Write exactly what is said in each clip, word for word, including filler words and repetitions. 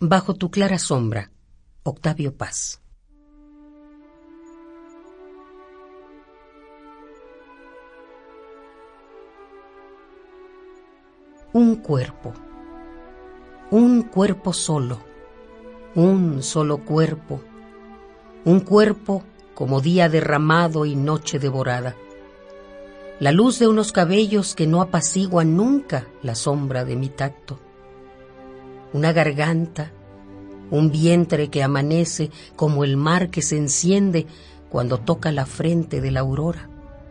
Bajo tu clara sombra, Octavio Paz. Un cuerpo, un cuerpo solo, un solo cuerpo, un cuerpo como día derramado y noche devorada. La luz de unos cabellos que no apaciguan nunca la sombra de mi tacto. Una garganta, un vientre que amanece como el mar que se enciende cuando toca la frente de la aurora.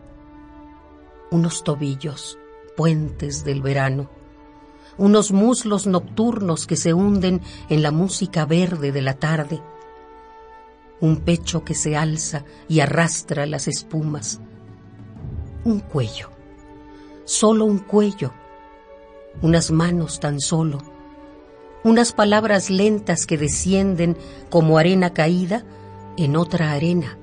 Unos tobillos, puentes del verano, unos muslos nocturnos que se hunden en la música verde de la tarde, un pecho que se alza y arrastra las espumas, un cuello, solo un cuello, unas manos tan solo, unas palabras lentas que descienden como arena caída en otra arena.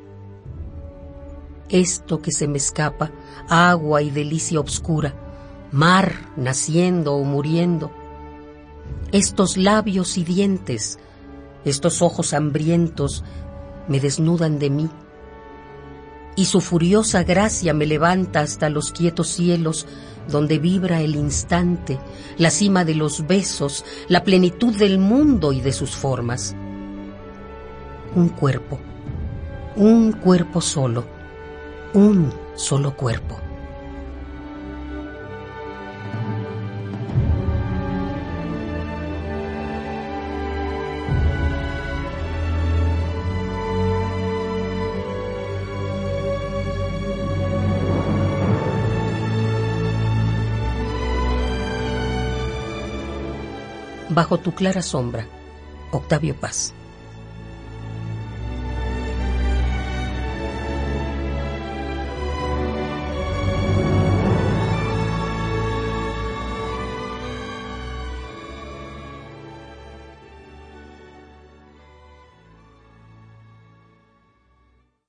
Esto que se me escapa, agua y delicia obscura, mar naciendo o muriendo. Estos labios y dientes, estos ojos hambrientos me desnudan de mí, y su furiosa gracia me levanta hasta los quietos cielos donde vibra el instante, la cima de los besos, la plenitud del mundo y de sus formas. Un cuerpo, un cuerpo solo, un solo cuerpo. Bajo tu clara sombra, Octavio Paz.